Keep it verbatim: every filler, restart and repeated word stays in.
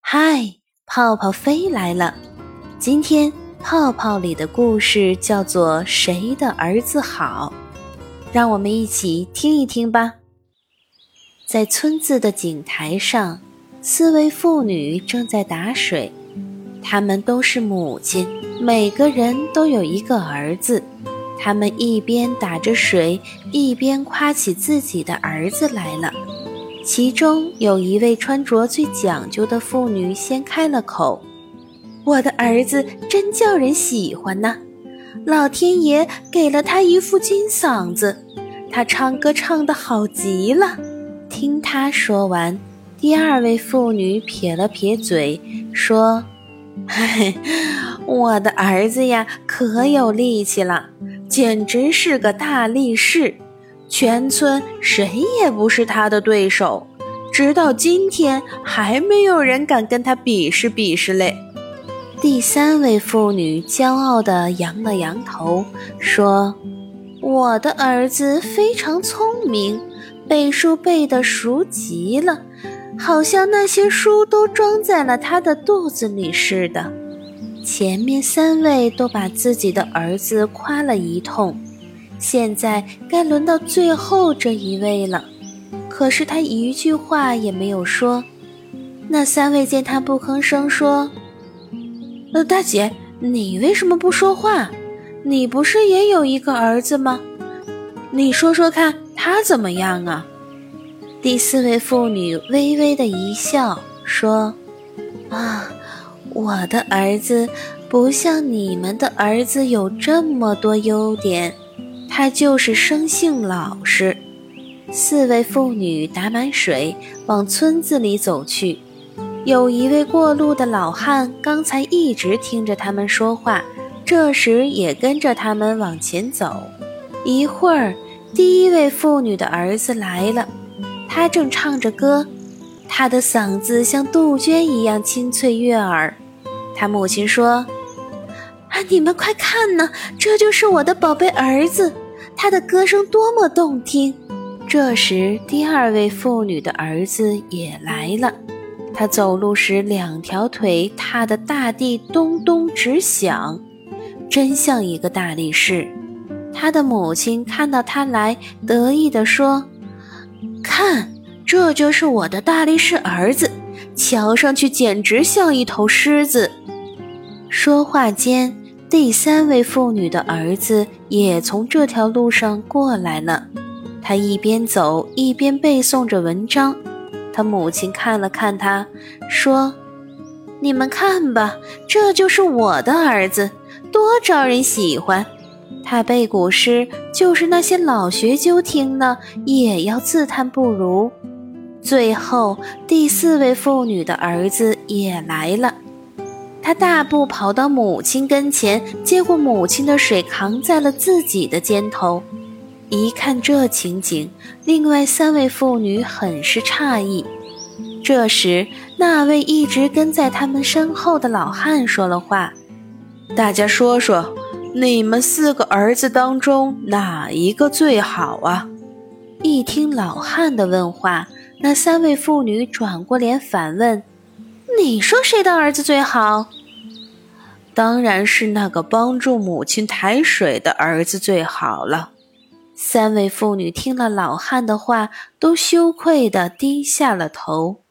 嗨，泡泡飞来了。今天泡泡里的故事叫做谁的儿子好，让我们一起听一听吧。在村子的井台上，四位妇女正在打水，她们都是母亲，每个人都有一个儿子。她们一边打着水，一边夸起自己的儿子来了。其中有一位穿着最讲究的妇女先开了口：我的儿子真叫人喜欢呐，老天爷给了他一副金嗓子，他唱歌唱得好极了。听他说完，第二位妇女撇了撇嘴说：嘿嘿，我的儿子呀可有力气了，简直是个大力士，全村谁也不是他的对手，直到今天还没有人敢跟他比试比试嘞。第三位妇女骄傲地扬了扬头说：我的儿子非常聪明，背书背得熟极了，好像那些书都装在了他的肚子里似的。前面三位都把自己的儿子夸了一通，现在该轮到最后这一位了，可是他一句话也没有说。那三位见他不吭声说：呃，大姐，你为什么不说话？你不是也有一个儿子吗？你说说看他怎么样啊？第四位妇女微微的一笑说：啊，我的儿子不像你们的儿子有这么多优点，他就是生性老实。四位妇女打满水往村子里走去，有一位过路的老汉刚才一直听着他们说话，这时也跟着他们往前走。一会儿，第一位妇女的儿子来了，他正唱着歌，他的嗓子像杜鹃一样清脆悦耳。他母亲说：啊，你们快看呐，这就是我的宝贝儿子，他的歌声多么动听。这时第二位妇女的儿子也来了，他走路时两条腿踏得大地咚咚直响，真像一个大力士。他的母亲看到他来，得意地说：看，这就是我的大力士儿子，瞧上去简直像一头狮子。说话间，第三位妇女的儿子也从这条路上过来了，他一边走一边背诵着文章。他母亲看了看他，说：你们看吧，这就是我的儿子，多招人喜欢。他背古诗，就是那些老学究听了也要自叹不如。最后第四位妇女的儿子也来了，他大步跑到母亲跟前，接过母亲的水扛在了自己的肩头。一看这情景，另外三位妇女很是诧异。这时那位一直跟在他们身后的老汉说了话：大家说说，你们四个儿子当中哪一个最好啊？一听老汉的问话，那三位妇女转过脸反问：你说谁的儿子最好？当然是那个帮助母亲抬水的儿子最好了。三位妇女听了老汉的话，都羞愧地低下了头。